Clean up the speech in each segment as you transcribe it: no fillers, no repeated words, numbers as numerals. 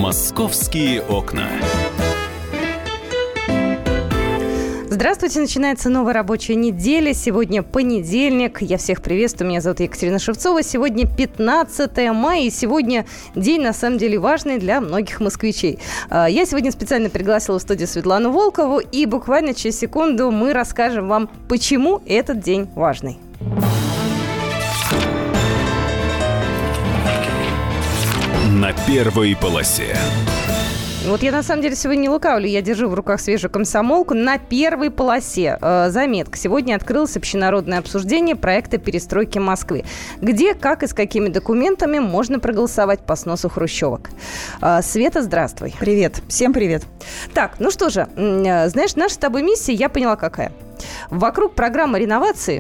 «Московские окна». Здравствуйте, начинается новая рабочая неделя. Сегодня понедельник. Я всех приветствую. Меня зовут Екатерина Шевцова. Сегодня 15 мая, и сегодня день, на самом деле, важный для многих москвичей. Я сегодня специально пригласила в студию Светлану Волкову, и буквально через секунду мы расскажем вам, почему этот день важный. На первой полосе. Вот я, на самом деле, сегодня не лукавлю. Я держу в руках свежую комсомолку. На первой полосе заметка. Сегодня открылось общенародное обсуждение проекта перестройки Москвы. Где, как и с какими документами можно проголосовать по сносу хрущевок. Света, здравствуй. Привет. Всем привет. Так, ну что же, знаешь, наша с тобой миссия, я поняла, какая. Вокруг программы реновации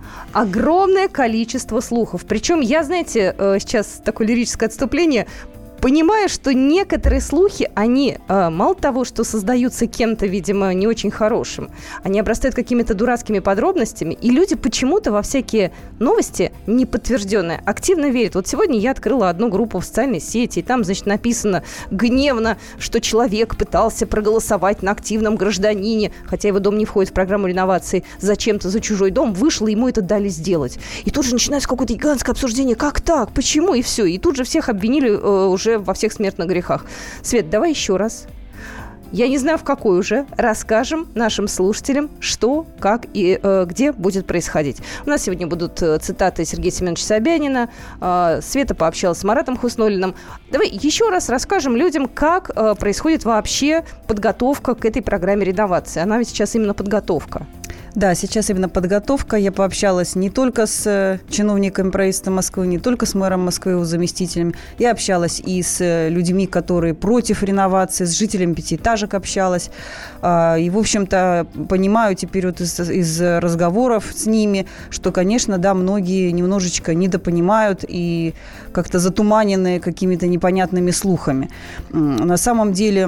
огромное количество слухов. Причем я, знаете, сейчас такое лирическое отступление, понимаю, что некоторые слухи, они мало того, что создаются кем-то, видимо, не очень хорошим, они обрастают какими-то дурацкими подробностями, и люди почему-то во всякие новости неподтвержденные активно верят. Вот сегодня я открыла одну группу в социальной сети, и там, значит, написано гневно, что человек пытался проголосовать на активном гражданине, хотя его дом не входит в программу реновации, зачем-то за чужой дом, вышел, и ему это дали сделать. И тут же начинается какое-то гигантское обсуждение, как так, почему, и все. И тут же всех обвинили уже во всех смертных грехах. Свет, давай еще раз. Я не знаю, в какой уже. Расскажем нашим слушателям, что, как и где будет происходить. У нас сегодня будут цитаты Сергея Семеновича Собянина. Света пообщалась с Маратом Хусноллиным. Давай еще раз расскажем людям, как происходит вообще подготовка к этой программе реновации. Она ведь сейчас именно подготовка. Да, сейчас именно подготовка. Я пообщалась не только с чиновниками правительства Москвы, не только с мэром Москвы, его заместителем. Я общалась и с людьми, которые против реновации, с жителями пятиэтажек общалась. И, в общем-то, понимаю теперь вот из разговоров с ними, что, конечно, да, многие немножечко недопонимают и как-то затуманены какими-то непонятными слухами. На самом деле...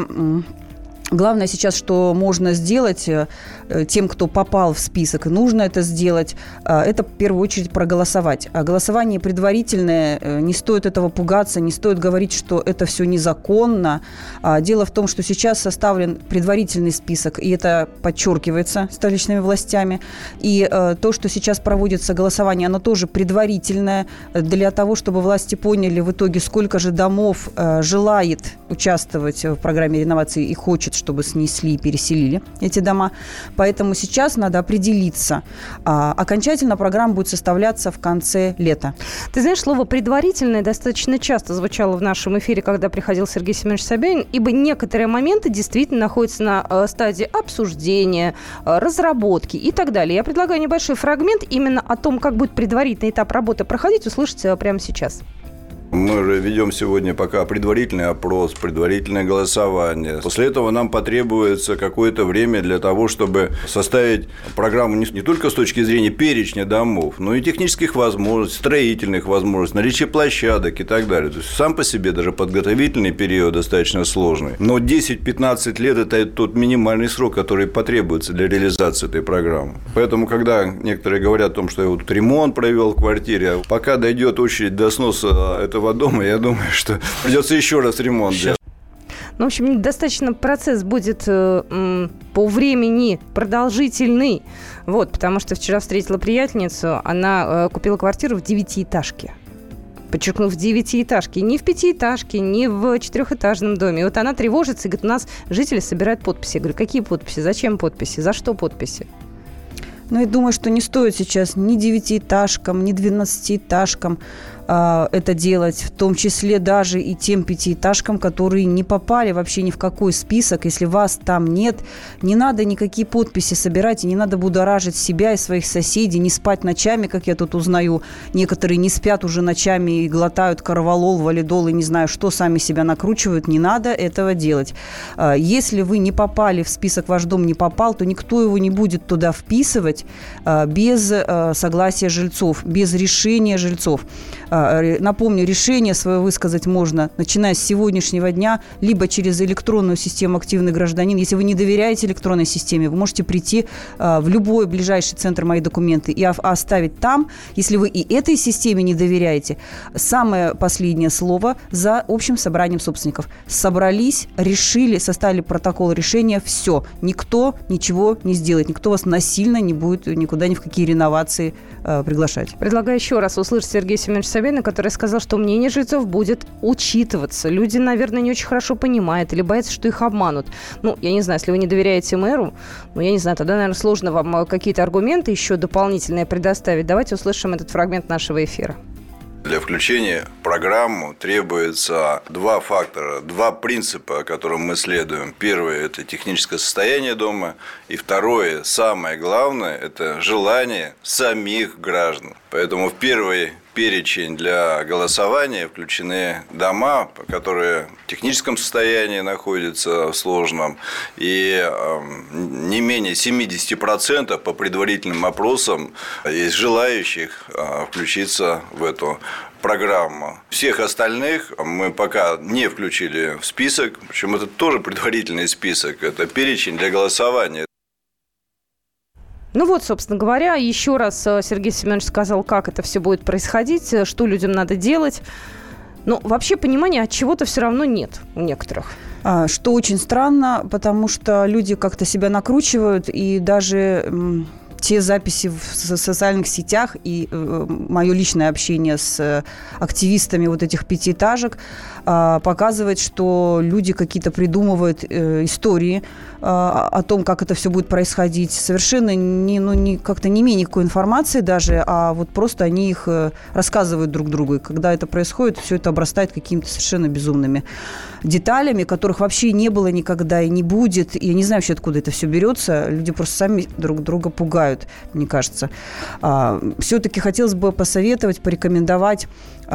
Главное сейчас, что можно сделать тем, кто попал в список, и нужно это сделать, это в первую очередь проголосовать. А голосование предварительное, не стоит этого пугаться, не стоит говорить, что это все незаконно. Дело в том, что сейчас составлен предварительный список, и это подчеркивается столичными властями. И то, что сейчас проводится голосование, оно тоже предварительное для того, чтобы власти поняли в итоге, сколько же домов желает участвовать в программе реновации и хочет, чтобы снесли и переселили эти дома. Поэтому сейчас надо определиться. Окончательно программа будет составляться в конце лета. Ты знаешь, слово «предварительное» достаточно часто звучало в нашем эфире, когда приходил Сергей Семенович Собянин, ибо некоторые моменты действительно находятся на стадии обсуждения, разработки и так далее. Я предлагаю небольшой фрагмент именно о том, как будет предварительный этап работы проходить, услышать прямо сейчас. Мы же ведем сегодня пока предварительный опрос, предварительное голосование. После этого нам потребуется какое-то время для того, чтобы составить программу не только с точки зрения перечня домов, но и технических возможностей, строительных возможностей, наличия площадок и так далее. То есть сам по себе даже подготовительный период достаточно сложный. Но 10-15 лет – это тот минимальный срок, который потребуется для реализации этой программы. Поэтому, когда некоторые говорят о том, что я вот ремонт провел в квартире, пока дойдет очередь до сноса этого дома, я думаю, что придется еще раз ремонт делать. Ну, в общем, достаточно процесс будет по времени продолжительный. Вот, потому что вчера встретила приятельницу, она купила квартиру в 9-этажке. Подчеркну, в 9-этажке. Не в 5-этажке, не в 4-этажном доме. И вот она тревожится и говорит, у нас жители собирают подписи. Я говорю, какие подписи? Зачем подписи? За что подписи? Ну, я думаю, что не стоит сейчас ни 9-этажкам, ни 12-этажкам это делать, в том числе даже и тем 5-этажкам, которые не попали вообще ни в какой список. Если вас там нет, не надо никакие подписи собирать, и не надо будоражить себя и своих соседей, не спать ночами, как я тут узнаю. Некоторые не спят уже ночами и глотают корвалол, валидол и не знаю что, сами себя накручивают. Не надо этого делать. Если вы не попали в список, ваш дом не попал, то никто его не будет туда вписывать без согласия жильцов, без решения жильцов. Напомню, решение свое высказать можно, начиная с сегодняшнего дня, либо через электронную систему «Активный гражданин». Если вы не доверяете электронной системе, вы можете прийти в любой ближайший центр «Мои документы» и оставить там. Если вы и этой системе не доверяете, самое последнее слово за общим собранием собственников. Собрались, решили, составили протокол решения, все. Никто ничего не сделает, никто вас насильно не будет никуда, ни в какие реновации приглашать. Предлагаю еще раз услышать Сергея Семеновича Собянина, который сказал, что мнение жильцов будет учитываться. Люди, наверное, не очень хорошо понимают или боятся, что их обманут. Ну, я не знаю, если вы не доверяете мэру, я не знаю, тогда, наверное, сложно вам какие-то аргументы еще дополнительные предоставить. Давайте услышим этот фрагмент нашего эфира. Для включения в программу требуется два фактора, два принципа, которым мы следуем. Первое – это техническое состояние дома. И второе, самое главное, это желание самих граждан. Поэтому в первый перечень для голосования включены дома, которые в техническом состоянии находятся в сложном, и не менее 70% по предварительным опросам есть желающих включиться в эту программу. Всех остальных мы пока не включили в список, причем это тоже предварительный список, это перечень для голосования. Ну вот, собственно говоря, еще раз Сергей Семенович сказал, как это все будет происходить, что людям надо делать. Но вообще понимания от чего-то все равно нет у некоторых. Что очень странно, потому что люди как-то себя накручивают, и даже те записи в социальных сетях и мое личное общение с активистами вот этих пятиэтажек показывает, что люди какие-то придумывают истории о том, как это все будет происходить. Совершенно как-то не имея никакой информации даже, а вот просто они их рассказывают друг другу. И когда это происходит, все это обрастает какими-то совершенно безумными деталями, которых вообще не было никогда и не будет. И я не знаю вообще, откуда это все берется. Люди просто сами друг друга пугают, мне кажется. Все-таки хотелось бы посоветовать, порекомендовать,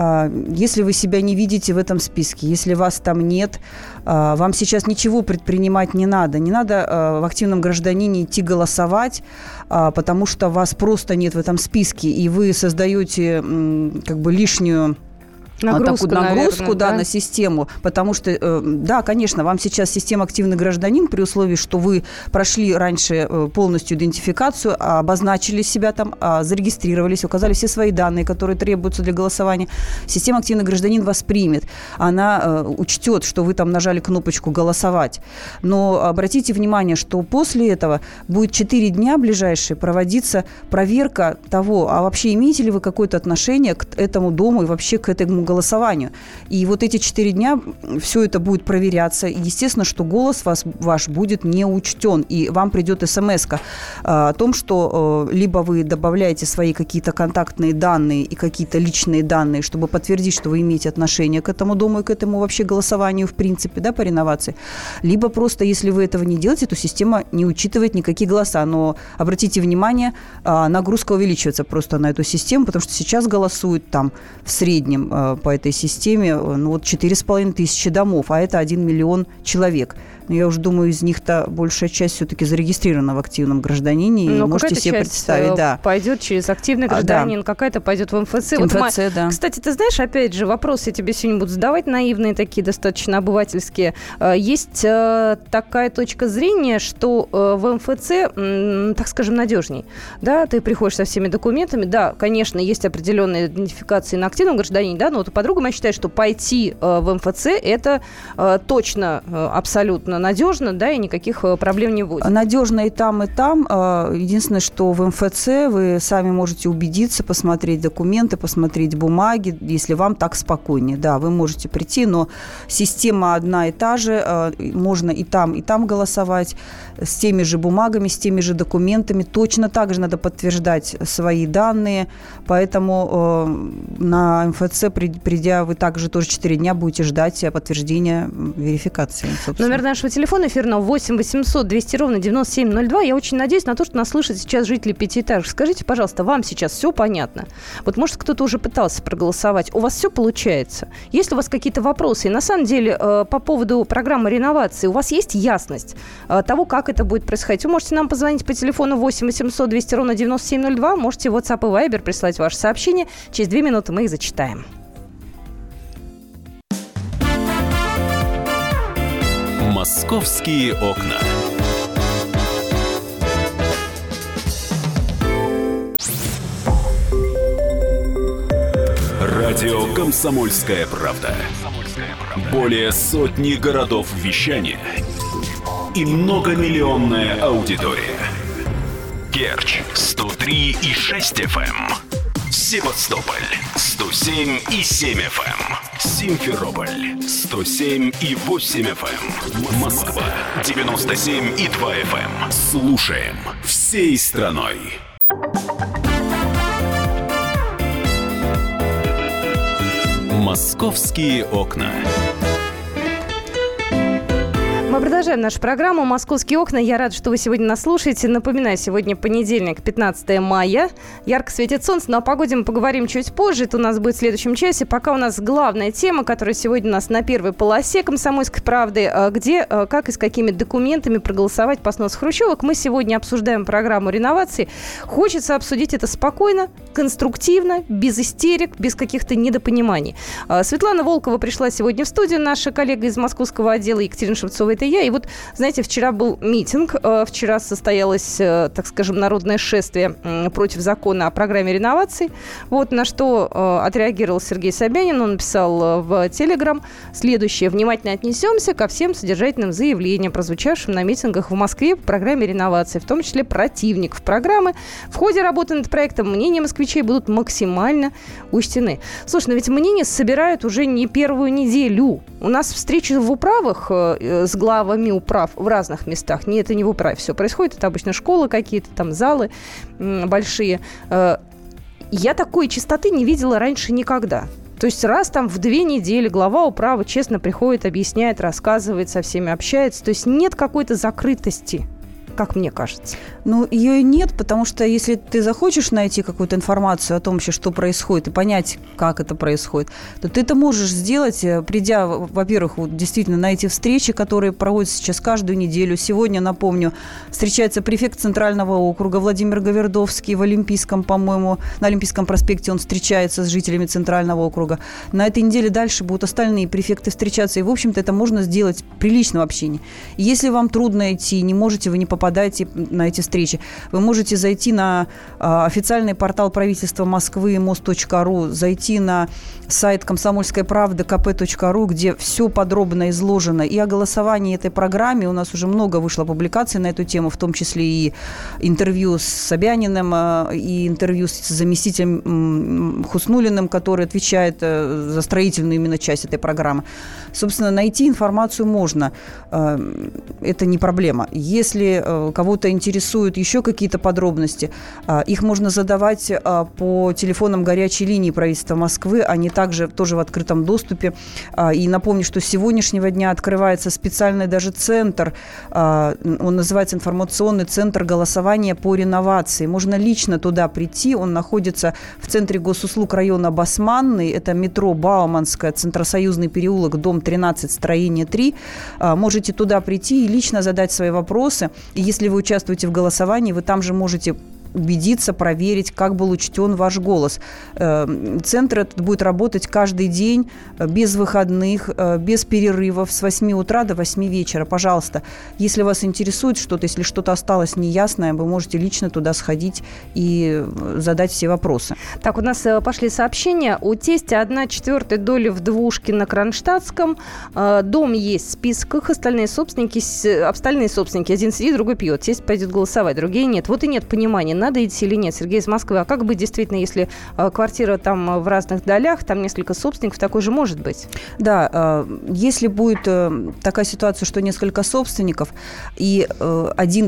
если вы себя не видите в этом списке, если вас там нет, вам сейчас ничего предпринимать не надо. Не надо в активном гражданине идти голосовать, потому что вас просто нет в этом списке, и вы создаете как бы лишнюю нагрузку, наверное, да, на систему, потому что, да, конечно, вам сейчас система «Активный гражданин» при условии, что вы прошли раньше полностью идентификацию, обозначили себя там, зарегистрировались, указали все свои данные, которые требуются для голосования. Система «Активный гражданин» вас примет. Она учтет, что вы там нажали кнопочку «Голосовать». Но обратите внимание, что после этого будет 4 дня ближайшие проводиться проверка того, а вообще имеете ли вы какое-то отношение к этому дому и вообще к этому голосованию. И вот эти 4 дня все это будет проверяться. И естественно, что голос ваш будет не учтен. И вам придет смс-ка о том, что либо вы добавляете свои какие-то контактные данные и какие-то личные данные, чтобы подтвердить, что вы имеете отношение к этому дому и к этому вообще голосованию в принципе, да, по реновации. Либо просто, если вы этого не делаете, то система не учитывает никакие голоса. Но обратите внимание, нагрузка увеличивается просто на эту систему, потому что сейчас голосуют там в среднем по этой системе 4,5 тысячи домов, а это 1 миллион человек. Но я уже думаю, из них-то большая часть все-таки зарегистрирована в активном гражданине. И можете себе представить, да. Пойдет через активный гражданин, какая-то пойдет в МФЦ. Да. Кстати, ты знаешь, опять же, вопросы я тебе сегодня буду задавать, наивные такие, достаточно обывательские. Есть такая точка зрения, что в МФЦ, так скажем, надежней. Да, ты приходишь со всеми документами. Да, конечно, есть определенные идентификации на активном гражданине, да, но вот подруга моя считает, что пойти в МФЦ это точно абсолютно надежно, да, и никаких проблем не будет. Надежно и там, и там. Единственное, что в МФЦ вы сами можете убедиться, посмотреть документы, посмотреть бумаги, если вам так спокойнее. Да, вы можете прийти, но система одна и та же. Можно и там голосовать с теми же бумагами, с теми же документами. Точно так же надо подтверждать свои данные. Поэтому на МФЦ, придя, вы также тоже 4 дня будете ждать подтверждения верификации. Номер нашего нашего телефона эфирного 8 800 200 ровно 9702. Я очень надеюсь на то, что нас слышат сейчас жители пятиэтажек. Скажите, пожалуйста, вам сейчас все понятно? Вот, может, кто-то уже пытался проголосовать. У вас все получается? Есть ли у вас какие-то вопросы? И на самом деле, по поводу программы реновации, у вас есть ясность того, как это будет происходить? Вы можете нам позвонить по телефону 8 800 200 ровно 9702. Можете в WhatsApp и Viber прислать ваши сообщения. Через 2 минуты мы их зачитаем. «Московские окна». Радио «Комсомольская правда». Более сотни городов вещания и многомиллионная аудитория. Керчь 103,6 FM. Севастополь 107,7 FM. Симферополь 107,8 FM. Москва 97,2 FM. Слушаем всей страной. «Московские окна». Мы продолжаем нашу программу «Московские окна». Я рада, что вы сегодня нас слушаете. Напоминаю, сегодня понедельник, 15 мая. Ярко светит солнце, но о погоде мы поговорим чуть позже. Это у нас будет в следующем часе. Пока у нас главная тема, которая сегодня у нас на первой полосе «Комсомольской правды», где, как и с какими документами проголосовать по сносу хрущевок. Мы сегодня обсуждаем программу реновации. Хочется обсудить это спокойно, конструктивно, без истерик, без каких-то недопониманий. Светлана Волкова пришла сегодня в студию, наша коллега из московского отдела, Екатерина Шевцова, это я. И вот, знаете, вчера был митинг, вчера состоялось, так скажем, народное шествие против закона о программе реновации. Вот на что отреагировал Сергей Собянин. Он написал в Телеграм следующее: «Внимательно отнесемся ко всем содержательным заявлениям, прозвучавшим на митингах в Москве по программе реновации, в том числе противников программы. В ходе работы над проектом мнения москвичей будут максимально учтены». Слушай, но ведь мнения собирают уже не первую неделю. У нас встречи в управах с главами управ в разных местах. Нет, это не в управе все происходит. Это обычно школы какие-то, там залы большие. Я такой чистоты не видела раньше никогда. То есть раз там в 2 недели глава управы честно приходит, объясняет, рассказывает, со всеми общается. То есть нет какой-то закрытости, как мне кажется. Ну, ее и нет, потому что если ты захочешь найти какую-то информацию о том, вообще, что происходит, и понять, как это происходит, то ты это можешь сделать, придя, во-первых, вот, действительно на эти встречи, которые проводятся сейчас каждую неделю. Сегодня, напомню, встречается префект Центрального округа Владимир Гавердовский в Олимпийском, по-моему, на Олимпийском проспекте он встречается с жителями Центрального округа. На этой неделе дальше будут остальные префекты встречаться, и, в общем-то, это можно сделать при личном общении. И если вам трудно идти, не можете, вы не попадаете на эти встречи, вы можете зайти на официальный портал правительства Москвы most.ru, зайти на сайт «Комсомольская правда» kp.ru, где все подробно изложено. И о голосовании этой программе у нас уже много вышло публикаций на эту тему, в том числе и интервью с Собяниным, и интервью с заместителем Хуснуллиным, который отвечает за строительную именно часть этой программы. Собственно, найти информацию можно. Это не проблема. Если кого-то интересуют еще какие-то подробности, их можно задавать по телефонам горячей линии правительства Москвы. Они также тоже в открытом доступе. И напомню, что с сегодняшнего дня открывается специальный даже центр. Он называется «Информационный центр голосования по реновации». Можно лично туда прийти. Он находится в центре госуслуг района Басманный. Это метро Бауманская, Центросоюзный переулок, дом 13, строение 3. Можете туда прийти и лично задать свои вопросы. И если вы участвуете в голосовании, вы там же можете убедиться, проверить, как был учтен ваш голос. Центр этот будет работать каждый день, без выходных, без перерывов, с 8 утра до 8 вечера. Пожалуйста, если вас интересует что-то, если что-то осталось неясное, вы можете лично туда сходить и задать все вопросы. Так, у нас пошли сообщения. У тестя 1/4 доля в двушке на Кронштадтском. Дом есть в списках, остальные собственники, один сидит, другой пьет. Тесть пойдет голосовать, другие нет. Вот и нет понимания. надо идти или нет. Сергей из Москвы. А как быть действительно, если квартира там в разных долях, там несколько собственников, такой же может быть? Да, если будет такая ситуация, что несколько собственников, и один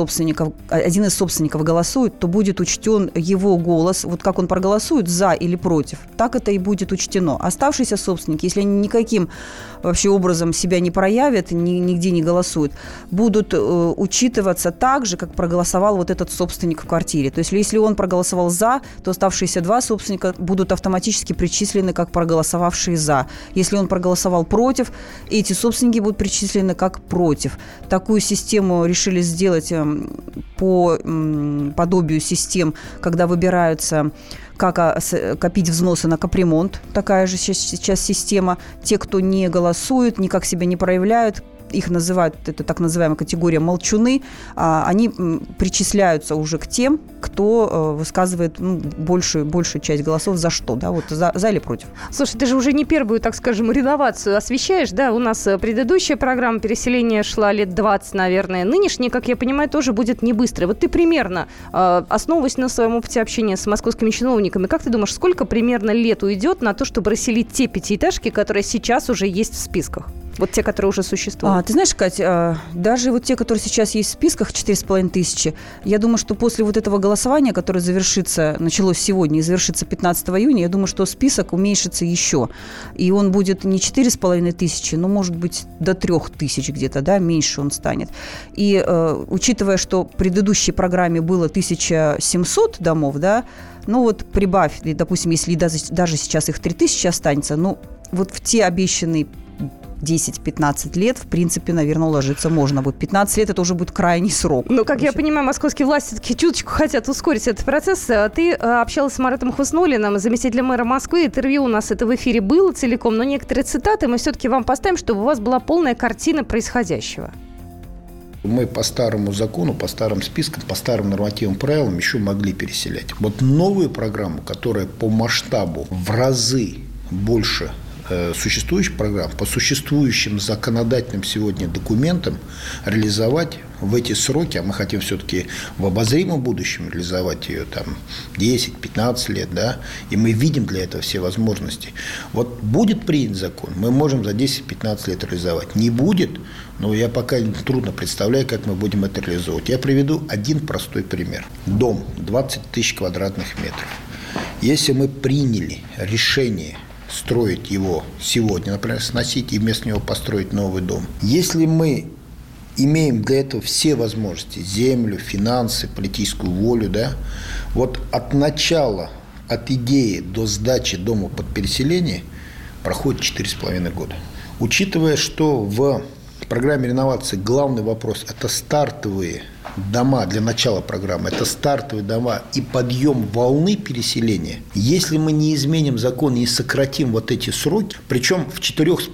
из собственников голосует, то будет учтен его голос. Вот как он проголосует, за или против, так это и будет учтено. Оставшиеся собственники, если они никаким вообще образом себя не проявят, нигде не голосуют, будут учитываться так же, как проголосовал вот этот собственник в квартире. То есть, если он проголосовал за, то оставшиеся два собственника будут автоматически причислены как проголосовавшие за. Если он проголосовал против, эти собственники будут причислены как против. Такую систему решили сделать по подобию систем, когда выбираются, как копить взносы на капремонт. Такая же сейчас система. Те, кто не голосует, никак себя не проявляют, их называют, это так называемая категория молчуны, они причисляются уже к тем, кто высказывает большую часть голосов за что, да, вот за или против. Слушай, ты же уже не первую, так скажем, реновацию освещаешь, да, у нас предыдущая программа переселения шла лет 20, наверное, нынешняя, как я понимаю, тоже будет не быстрой. Вот ты примерно, основываясь на своем опыте общения с московскими чиновниками, как ты думаешь, сколько примерно лет уйдет на то, чтобы расселить те пятиэтажки, которые сейчас уже есть в списках? Вот те, которые уже существуют. Ты знаешь, Кать, даже вот те, которые сейчас есть в списках, 4500, я думаю, что после вот этого голосования, которое началось сегодня и завершится 15 июня, я думаю, что список уменьшится еще. И он будет не 4500, но, может быть, до 3000 где-то, да, меньше он станет. И учитывая, что в предыдущей программе было 1700 домов, да, ну вот прибавь, допустим, если даже сейчас их 3000 останется, ну вот в те обещанные 10-15 лет, в принципе, наверное, уложиться можно будет. 15 лет – это уже будет крайний срок. Ну, как я понимаю, московские власти все-таки чуточку хотят ускорить этот процесс. Ты общалась с Маратом Хуснуллиным, заместителем мэра Москвы. Интервью у нас это в эфире было целиком, но некоторые цитаты мы все-таки вам поставим, чтобы у вас была полная картина происходящего. Мы по старому закону, по старым спискам, по старым нормативным правилам еще могли переселять. Вот новую программу, которая по масштабу в разы больше существующих программ, по существующим законодательным сегодня документам реализовать в эти сроки, а мы хотим все-таки в обозримом будущем реализовать ее там 10-15 лет, да, и мы видим для этого все возможности. Вот будет принят закон, мы можем за 10-15 лет реализовать. Не будет, но я пока трудно представляю, как мы будем это реализовывать. Я приведу один простой пример. Дом 20 тысяч квадратных метров. Если мы приняли решение строить его сегодня, например, сносить и вместо него построить новый дом. Если мы имеем для этого все возможности, землю, финансы, политическую волю, да, вот от начала, от идеи до сдачи дома под переселение проходит 4,5 года. Учитывая, что в программе реновации главный вопрос – это стартовые дома для начала программы, это стартовые дома и подъем волны переселения. Если мы не изменим закон и не сократим вот эти сроки, причем в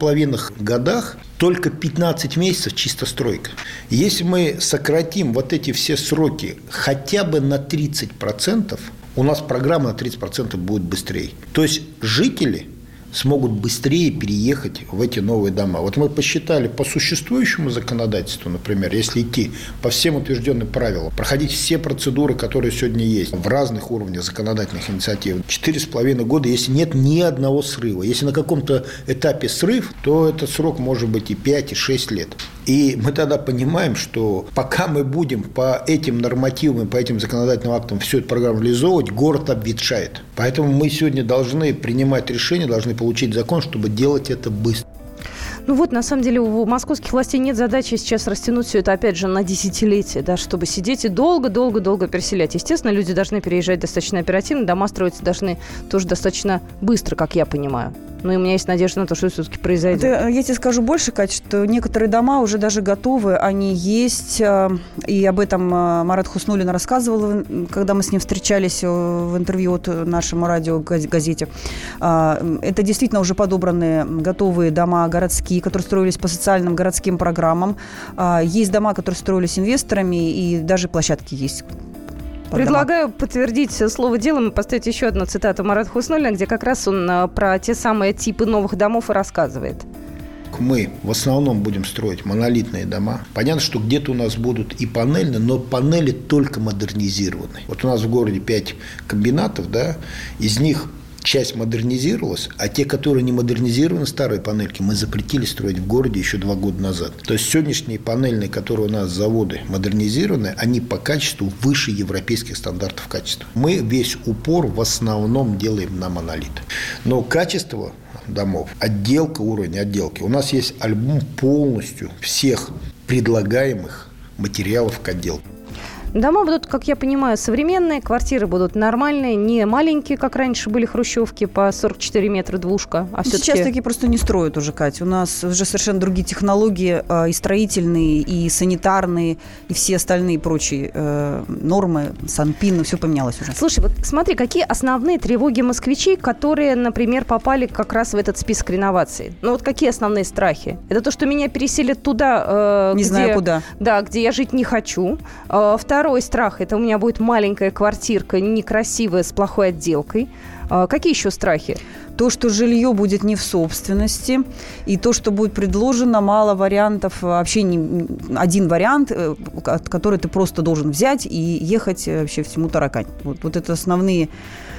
4,5 годах только 15 месяцев чисто стройка. Если мы сократим вот эти все сроки хотя бы на 30%, у нас программа на 30% будет быстрее. То есть жители смогут быстрее переехать в эти новые дома. Вот мы посчитали по существующему законодательству, например, если идти по всем утвержденным правилам, проходить все процедуры, которые сегодня есть в разных уровнях законодательных инициатив, 4,5 года, если нет ни одного срыва. Если на каком-то этапе срыв, то этот срок может быть и 5, и 6 лет. И мы тогда понимаем, что пока мы будем по этим нормативам, по этим законодательным актам всю эту программу реализовывать, город обветшает. Поэтому мы сегодня должны принимать решения, должны получить закон, чтобы делать это быстро. Ну вот, на самом деле, у московских властей нет задачи сейчас растянуть все это, опять же, на десятилетия, да, чтобы сидеть и долго-долго-долго переселять. Естественно, люди должны переезжать достаточно оперативно, дома строиться должны тоже достаточно быстро, как я понимаю. Ну и у меня есть надежда на то, что это все-таки произойдет. Я тебе скажу больше, Кать, что некоторые дома уже даже готовы, они есть, и об этом Марат Хуснуллин рассказывал, когда мы с ним встречались в интервью от нашему радиогазете. Это действительно уже подобранные готовые дома городские, которые строились по социальным городским программам. Есть дома, которые строились инвесторами, и даже площадки есть. Предлагаю подтвердить слово делом и поставить еще одну цитату Марата Хуснуллина, где как раз он про те самые типы новых домов и рассказывает. мы в основном будем строить монолитные дома. Понятно, что где-то у нас будут и панельные, но панели только модернизированные. Вот у нас в городе 5 комбинатов, да, из них часть модернизировалась, а те, которые не модернизированы, старые панельки, мы запретили строить в городе еще 2 года назад. То есть сегодняшние панельные, которые у нас заводы модернизированы, они по качеству выше европейских стандартов качества. Мы весь упор в основном делаем на монолит. Но качество домов, отделка, уровень отделки. У нас есть альбом полностью всех предлагаемых материалов к отделке. Дома будут, как я понимаю, современные, квартиры будут нормальные, не маленькие, как раньше были хрущевки по 44 метра двушка, а все-таки... Сейчас такие просто не строят уже, Кать. У нас уже совершенно другие технологии, и строительные, и санитарные, и все остальные прочие нормы, Санпин, все поменялось уже. Слушай, вот смотри, какие основные тревоги москвичей, которые, например, попали как раз в этот список реновации? Ну вот какие основные страхи? Это то, что меня переселят туда, не знаю куда. Да, где я жить не хочу. Второй страх – это у меня будет маленькая квартирка, некрасивая, с плохой отделкой. Какие еще страхи? То, что жилье будет не в собственности, и то, что будет предложено, мало вариантов, вообще не один вариант, который ты просто должен взять и ехать вообще всему таракань. Вот это основные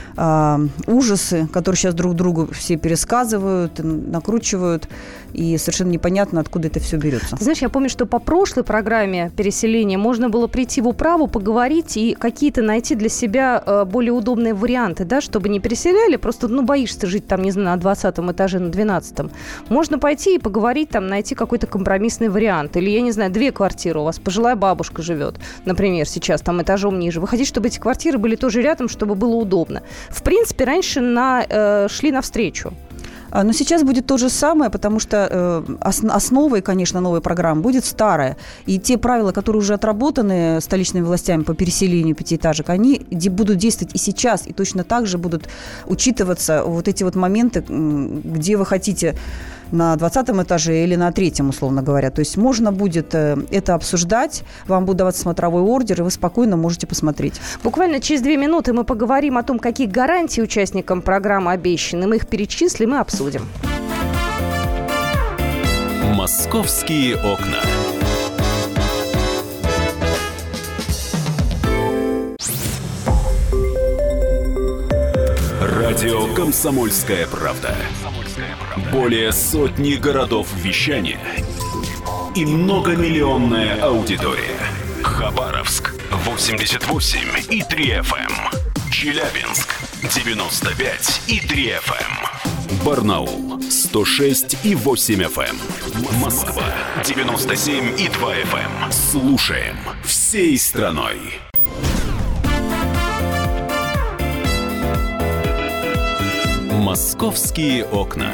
ужасы, которые сейчас друг другу все пересказывают, накручивают, и совершенно непонятно, откуда это все берется. Ты знаешь, я помню, что по прошлой программе переселения можно было прийти в управу, поговорить и какие-то найти для себя более удобные варианты, да, чтобы не переселяли, просто, боишься жить там, не знаю, на 20 этаже, на 12. Можно пойти и поговорить, там, найти какой-то компромиссный вариант. Или, я не знаю, 2 квартиры у вас, пожилая бабушка живет, например, сейчас там этажом ниже. Вы хотите, чтобы эти квартиры были тоже рядом, чтобы было удобно. В принципе, раньше шли навстречу. Но сейчас будет то же самое, потому что основой, конечно, новой программы будет старая. И те правила, которые уже отработаны столичными властями по переселению пятиэтажек, они будут действовать и сейчас, и точно так же будут учитываться вот эти вот моменты, где вы хотите на 20 этаже или на 3, условно говоря. То есть можно будет это обсуждать, вам будет даваться смотровой ордер, и вы спокойно можете посмотреть. Буквально через 2 минуты мы поговорим о том, какие гарантии участникам программы обещаны. Мы их перечислим и обсудим. «Московские окна». Радио «Комсомольская правда». Более сотни городов вещания и многомиллионная аудитория. Хабаровск 88,3 FM. Челябинск 95,3 FM. Барнаул 106,8 FM. Москва 97,2 FM. Слушаем всей страной. «Московские окна».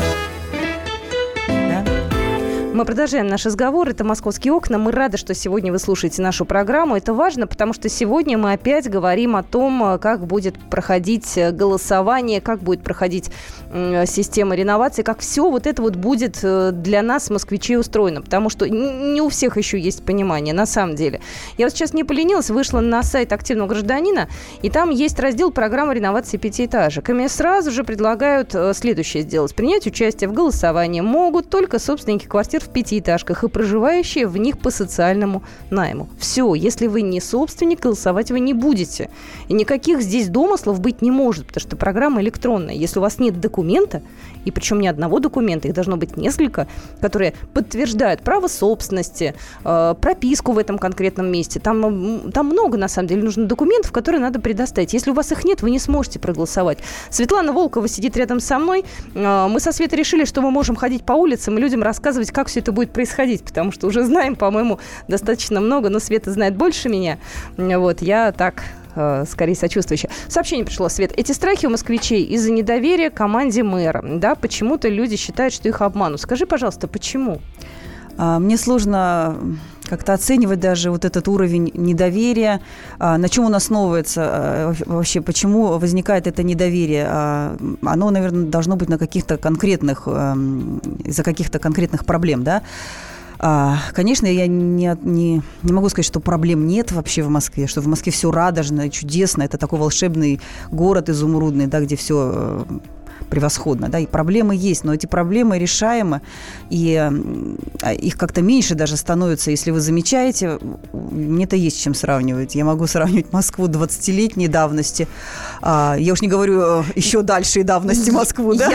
Мы продолжаем наш разговор. Это «Московские окна». Мы рады, что сегодня вы слушаете нашу программу. Это важно, потому что сегодня мы опять говорим о том, как будет проходить голосование, как будет проходить система реновации, как все вот это вот будет для нас, москвичей, устроено. Потому что не у всех еще есть понимание, на самом деле. Я вот сейчас не поленилась, вышла на сайт «Активного гражданина», и там есть раздел «Программа реновации пятиэтажек». И мне сразу же предлагают следующее сделать. Принять участие в голосовании могут только собственники квартир в пятиэтажках и проживающие в них по социальному найму. Все, если вы не собственник, голосовать вы не будете. И никаких здесь домыслов быть не может, потому что программа электронная. Если у вас нет документа, и причем не одного документа, их должно быть несколько, которые подтверждают право собственности, прописку в этом конкретном месте. Там много, на самом деле, нужно документов, которые надо предоставить. Если у вас их нет, вы не сможете проголосовать. Светлана Волкова сидит рядом со мной. Мы со Светой решили, что мы можем ходить по улицам и людям рассказывать, как все это будет происходить, потому что уже знаем, по-моему, достаточно много, но Света знает больше меня. Вот, я так, скорее сочувствующая. Сообщение пришло, Свет. Эти страхи у москвичей из-за недоверия команде мэра. Да, почему-то люди считают, что их обманут. Скажи, пожалуйста, почему? Мне сложно как-то оценивать даже вот этот уровень недоверия. На чем он основывается вообще? Почему возникает это недоверие? Оно, наверное, должно быть на каких-то конкретных, из-за каких-то конкретных проблем, да? Конечно, я не могу сказать, что проблем нет вообще в Москве, что в Москве все радужно, чудесно. Это такой волшебный город изумрудный, да, где все превосходно, да, и проблемы есть, но эти проблемы решаемы, и их как-то меньше даже становится, если вы замечаете, мне-то есть с чем сравнивать. Я могу сравнивать Москву 20-летней давности, я уж не говорю еще дальше давности Москву, да?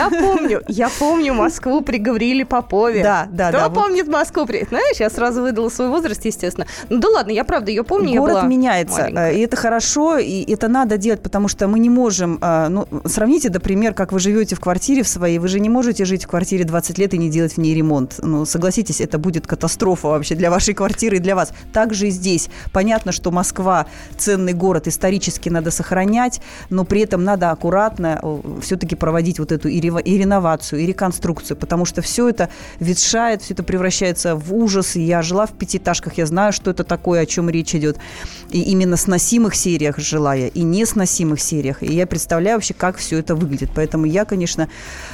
Я помню Москву при Гаврииле Попове. Да. Кто помнит Москву? Знаешь, я сразу выдала свой возраст, естественно. Ну да ладно, я правда ее помню. Город меняется, маленькая. И это хорошо, и это надо делать, потому что мы не можем... сравните, например, как вы живете в квартире в своей. Вы же не можете жить в квартире 20 лет и не делать в ней ремонт. Согласитесь, это будет катастрофа вообще для вашей квартиры и для вас. Так же и здесь. Понятно, что Москва ценный город, исторически надо сохранять, но при этом надо аккуратно все-таки проводить вот эту и реновацию, и реконструкцию, потому что все это ветшает, все это превращается в ужас. Я жила в пятиэтажках, я знаю, что это такое, о чем речь идет. И именно сносимых сериях жила я, и несносимых сериях. И я представляю вообще, как все это выглядит. Поэтому я, конечно,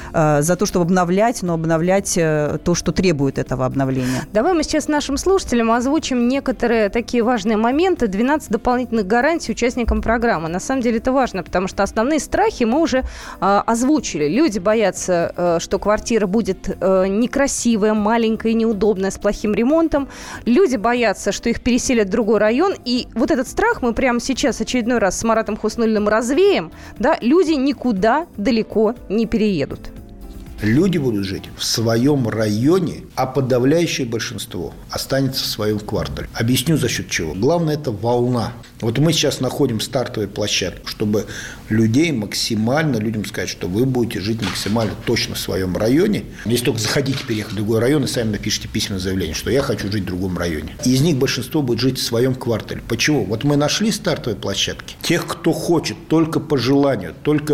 за то, чтобы обновлять, но обновлять то, что требует этого обновления. Давай мы сейчас нашим слушателям озвучим некоторые такие важные моменты. 12 дополнительных гарантий участникам программы. На самом деле это важно, потому что основные страхи мы уже озвучили. Люди боятся, что квартира будет некрасивая, маленькая, неудобная, с плохим ремонтом. Люди боятся, что их переселят в другой район. И вот этот страх мы прямо сейчас очередной раз с Маратом Хуснуллиным развеем. Да? Люди никуда далеко не переедут. Люди будут жить в своем районе, а подавляющее большинство останется в своем квартале. Объясню, за счет чего. Главное – это волна. Вот мы сейчас находим стартовую площадку, чтобы людям сказать, что вы будете жить максимально точно в своем районе. Если только захотите переехать в другой район и сами напишите письменное заявление, что я хочу жить в другом районе. И из них большинство будет жить в своем квартале. Почему? Вот мы нашли стартовые площадки. Тех, кто хочет, только по желанию, только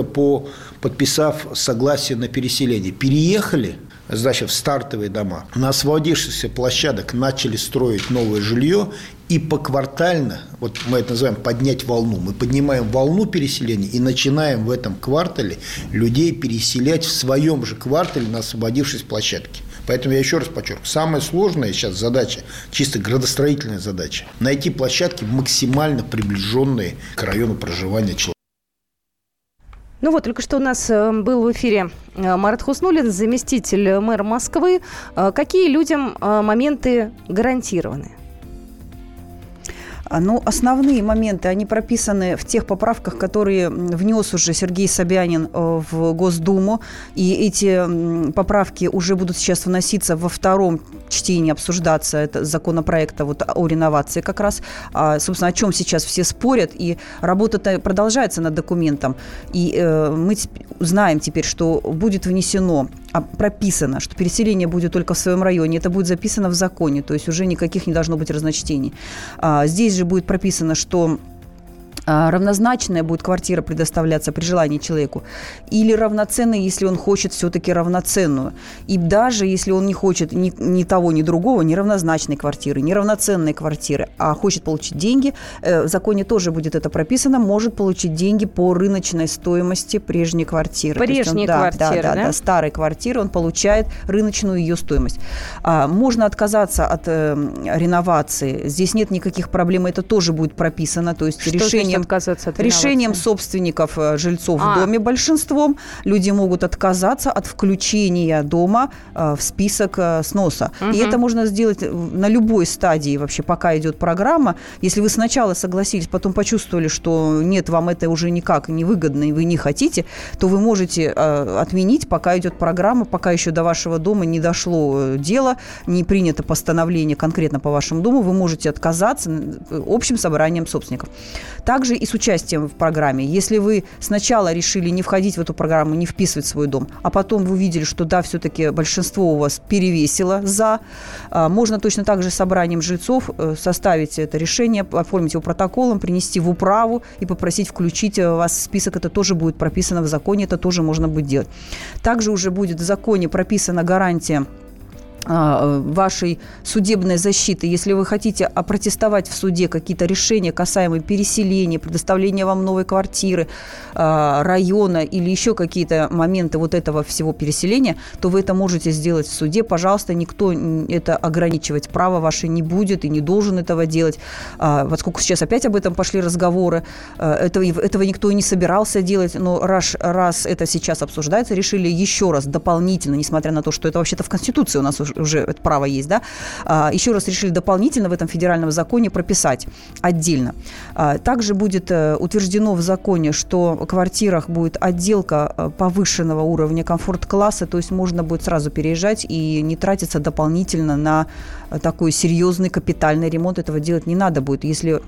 подписав согласие на переселение, переехали, значит, в стартовые дома. На освободившихся площадок начали строить новое жилье, и поквартально, вот мы это называем поднять волну, мы поднимаем волну переселения и начинаем в этом квартале людей переселять в своем же квартале на освободившейся площадке. Поэтому я еще раз подчеркиваю, самая сложная сейчас задача, чисто градостроительная задача, найти площадки, максимально приближенные к району проживания человека. Ну вот, только что у нас был в эфире Марат Хуснуллин, заместитель мэра Москвы. Какие людям моменты гарантированы? Ну, основные моменты, они прописаны в тех поправках, которые внес уже Сергей Собянин в Госдуму. И эти поправки уже будут сейчас вноситься во втором чтении, обсуждаться. Это законопроекта вот о реновации как раз. Собственно, о чем сейчас все спорят. И работа продолжается над документом. И мы знаем теперь, что будет внесено, прописано, что переселение будет только в своем районе. Это будет записано в законе. То есть уже никаких не должно быть разночтений. Здесь же будет прописано, что равнозначная будет квартира предоставляться при желании человеку или равноценная, если он хочет все-таки равноценную. И даже если он не хочет ни того, ни другого, ни равнозначной квартиры, ни равноценной квартиры, а хочет получить деньги, в законе тоже будет это прописано, может получить деньги по рыночной стоимости прежней квартиры. Прежней квартиры, да? Старой квартиры он получает рыночную ее стоимость. Можно отказаться от реновации. Здесь нет никаких проблем, это тоже будет прописано. То есть решением собственников жильцов в доме большинством люди могут отказаться от включения дома в список сноса. И это можно сделать на любой стадии вообще, пока идет программа. Если вы сначала согласились, потом почувствовали, что нет, вам это уже никак не выгодно и вы не хотите, то вы можете отменить, пока идет программа, пока еще до вашего дома не дошло дело, не принято постановление конкретно по вашему дому, вы можете отказаться общим собранием собственников. Также и с участием в программе. Если вы сначала решили не входить в эту программу, не вписывать свой дом, а потом вы увидели, что да, все-таки большинство у вас перевесило за, можно точно так же с собранием жильцов составить это решение, оформить его протоколом, принести в управу и попросить включить вас в список. Это тоже будет прописано в законе, это тоже можно будет делать. Также уже будет в законе прописана гарантия вашей судебной защиты, если вы хотите опротестовать в суде какие-то решения, касаемые переселения, предоставления вам новой квартиры, района или еще какие-то моменты вот этого всего переселения, то вы это можете сделать в суде. Пожалуйста, никто это ограничивать право ваше не будет и не должен этого делать. Поскольку сейчас опять об этом пошли разговоры, этого никто и не собирался делать, но раз это сейчас обсуждается, решили еще раз дополнительно, несмотря на то, что это вообще-то в Конституции у нас уже это право есть, да, еще раз решили дополнительно в этом федеральном законе прописать отдельно. Также будет утверждено в законе, что в квартирах будет отделка повышенного уровня комфорт-класса, то есть можно будет сразу переезжать и не тратиться дополнительно на такой серьезный капитальный ремонт. Этого делать не надо будет. Если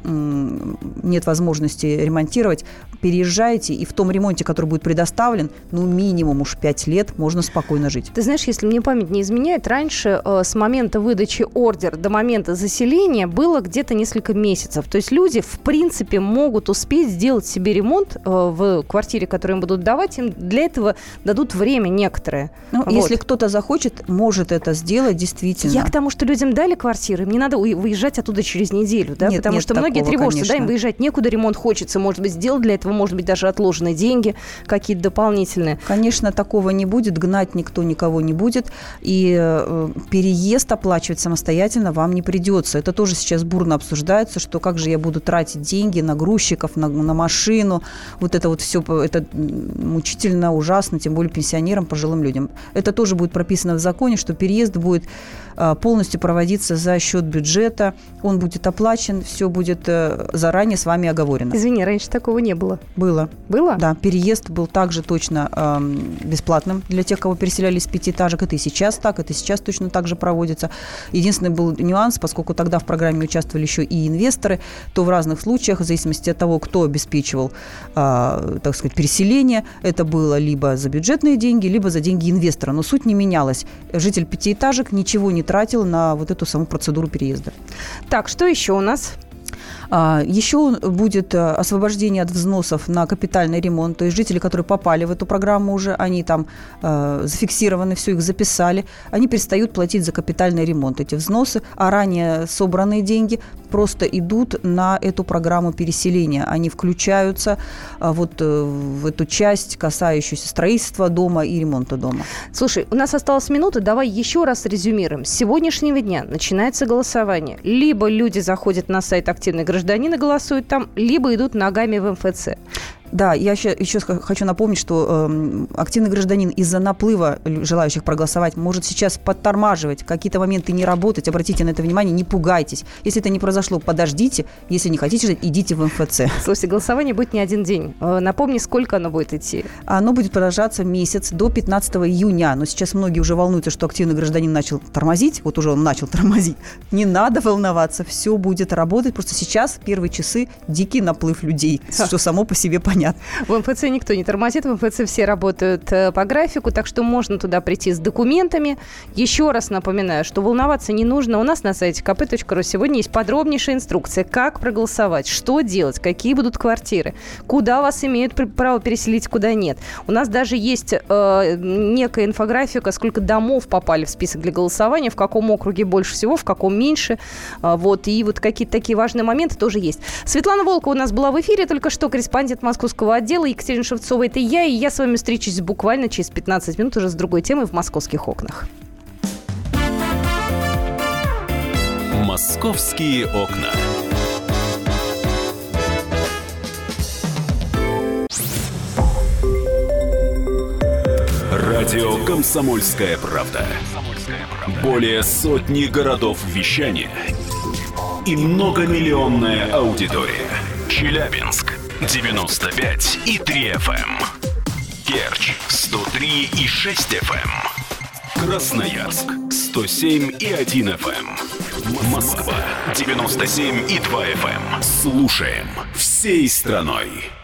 нет возможности ремонтировать, переезжайте, и в том ремонте, который будет предоставлен, минимум уж 5 лет можно спокойно жить. Ты знаешь, если мне память не изменяет, раньше с момента выдачи ордера до момента заселения было где-то несколько месяцев. То есть люди, в принципе, могут успеть сделать себе ремонт в квартире, которую им будут давать. Им для этого дадут время некоторое. Если кто-то захочет, может это сделать, действительно. Я к тому, что людям дали квартиры, им не надо выезжать оттуда через неделю, да? Нет, потому что многие тревожатся, конечно. им выезжать некуда, ремонт хочется, может быть, сделать для этого, может быть, даже отложенные деньги какие-то дополнительные. Конечно, такого не будет, гнать никто никого не будет, и переезд оплачивать самостоятельно вам не придется. Это тоже сейчас бурно обсуждается, что как же я буду тратить деньги на грузчиков, на машину, вот это вот все, это мучительно, ужасно, тем более пенсионерам, пожилым людям. Это тоже будет прописано в законе, что переезд будет полностью проводиться за счет бюджета, он будет оплачен, все будет заранее с вами оговорено. Извини, раньше такого не было. Было. Было? Да, переезд был также точно бесплатным для тех, кого переселяли из пятиэтажек. Это и сейчас так, это сейчас точно так же проводится. Единственный был нюанс, поскольку тогда в программе участвовали еще и инвесторы, то в разных случаях, в зависимости от того, кто обеспечивал, так сказать, переселение, это было либо за бюджетные деньги, либо за деньги инвестора. Но суть не менялась. Житель пятиэтажек ничего не тратил на вот эту саму процедуру переезда. Так, что еще у нас? Еще будет освобождение от взносов на капитальный ремонт. То есть жители, которые попали в эту программу уже, они там зафиксированы, все их записали, они перестают платить за капитальный ремонт эти взносы, а ранее собранные деньги просто идут на эту программу переселения. Они включаются вот в эту часть, касающуюся строительства дома и ремонта дома. Слушай, у нас осталась минута, давай еще раз резюмируем. С сегодняшнего дня начинается голосование. Либо люди заходят на сайт «Активный гражданин» и голосуют там, либо идут ногами в МФЦ. Да, я еще хочу напомнить, что активный гражданин из-за наплыва желающих проголосовать может сейчас подтормаживать, какие-то моменты не работать. Обратите на это внимание, не пугайтесь. Если это не произошло, подождите. Если не хотите жить, идите в МФЦ. Слушайте, голосование будет не один день. Напомни, сколько оно будет идти? Оно будет продолжаться месяц до 15 июня. Но сейчас многие уже волнуются, что активный гражданин начал тормозить. Вот уже он начал тормозить. Не надо волноваться, все будет работать. Просто сейчас первые часы дикий наплыв людей, что само по себе понятно. В МФЦ никто не тормозит, в МФЦ все работают по графику, так что можно туда прийти с документами. Еще раз напоминаю, что волноваться не нужно. У нас на сайте kp.ru сегодня есть подробнейшая инструкция, как проголосовать, что делать, какие будут квартиры, куда вас имеют право переселить, куда нет. У нас даже есть некая инфографика, сколько домов попали в список для голосования, в каком округе больше всего, в каком меньше. Вот, и вот какие-то такие важные моменты тоже есть. Светлана Волкова у нас была в эфире, только что корреспондент Московского отдела. Екатерина Шевцова, это я, и я с вами встречусь буквально через 15 минут уже с другой темой в «Московских окнах». «Московские окна». Радио «Комсомольская правда». Более сотни городов вещания и многомиллионная аудитория. Челябинск 95,3 FM. Керчь 103,6 FM. Красноярск 107,1 FM. Москва 97,2 FM. Слушаем всей страной.